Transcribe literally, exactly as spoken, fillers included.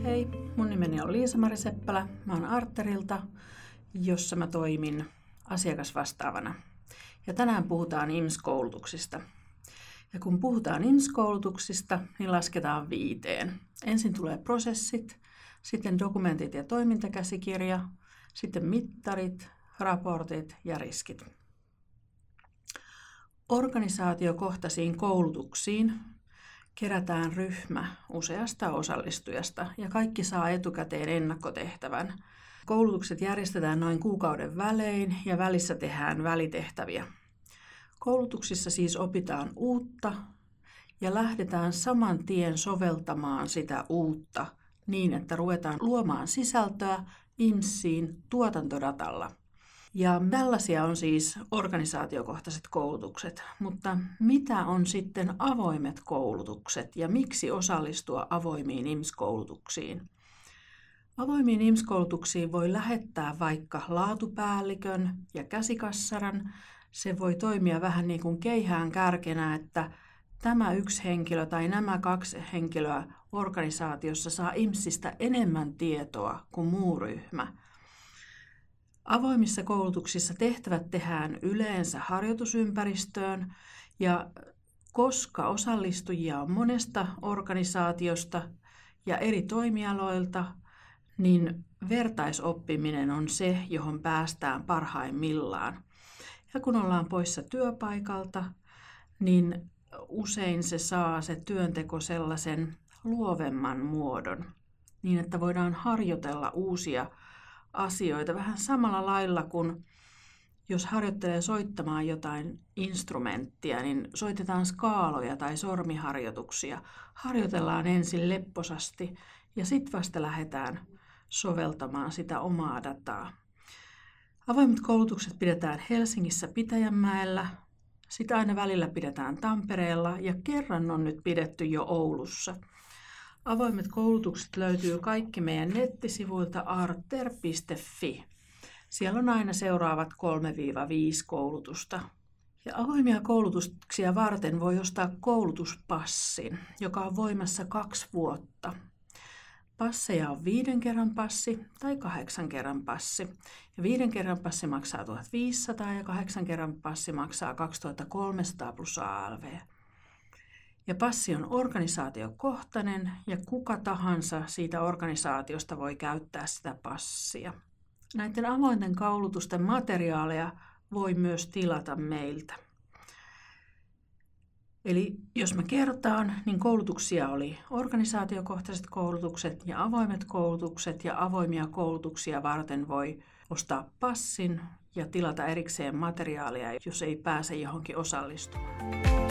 Hei, mun nimeni on Liisa-Mari Seppälä. Mä oon Arterilta, jossa mä toimin asiakasvastaavana. Ja tänään puhutaan I M S-koulutuksista. Ja kun puhutaan I M S-koulutuksista, niin lasketaan viiteen. Ensin tulee prosessit, sitten dokumentit ja toimintakäsikirja, sitten mittarit, raportit ja riskit. Organisaatiokohtaisiin koulutuksiin kerätään ryhmä useasta osallistujasta ja kaikki saa etukäteen ennakkotehtävän. Koulutukset järjestetään noin kuukauden välein ja välissä tehdään välitehtäviä. Koulutuksissa siis opitaan uutta ja lähdetään saman tien soveltamaan sitä uutta niin, että ruvetaan luomaan sisältöä I M Siin tuotantodatalla. Ja tällaisia on siis organisaatiokohtaiset koulutukset, mutta mitä on sitten avoimet koulutukset ja miksi osallistua avoimiin I M S-koulutuksiin? Avoimiin I M S-koulutuksiin voi lähettää vaikka laatupäällikön ja käsikassaran. Se voi toimia vähän niin kuin keihään kärkenä, että tämä yksi henkilö tai nämä kaksi henkilöä organisaatiossa saa I M Sistä enemmän tietoa kuin muu ryhmä. Avoimissa koulutuksissa tehtävät tehdään yleensä harjoitusympäristöön ja koska osallistujia on monesta organisaatiosta ja eri toimialoilta, niin vertaisoppiminen on se, johon päästään parhaimmillaan. Ja kun ollaan poissa työpaikalta, niin usein se saa se työnteko sellaisen luovemman muodon, niin että voidaan harjoitella uusia asioita vähän samalla lailla kuin jos harjoittelee soittamaan jotain instrumenttia, niin soitetaan skaaloja tai sormiharjoituksia. Harjoitellaan ensin lepposasti ja sitten vasta lähdetään soveltamaan sitä omaa dataa. Avoimet koulutukset pidetään Helsingissä Pitäjänmäellä, sitä aina välillä pidetään Tampereella ja kerran on nyt pidetty jo Oulussa. Avoimet koulutukset löytyy kaikki meidän nettisivuilta arter piste fi. Siellä on aina seuraavat kolme viisi koulutusta. Ja avoimia koulutuksia varten voi ostaa koulutuspassin, joka on voimassa kaksi vuotta. Passeja on viiden kerran passi tai kahdeksan kerran passi. Ja viiden kerran passi maksaa tuhatviisisataa ja kahdeksan kerran passi maksaa kaksituhattakolmesataa plus A L V. Ja passi on organisaatiokohtainen ja kuka tahansa siitä organisaatiosta voi käyttää sitä passia. Näiden avointen koulutusten materiaaleja voi myös tilata meiltä. Eli jos mä kertaan, niin koulutuksia oli organisaatiokohtaiset koulutukset ja avoimet koulutukset ja avoimia koulutuksia varten voi ostaa passin ja tilata erikseen materiaalia, jos ei pääse johonkin osallistumaan.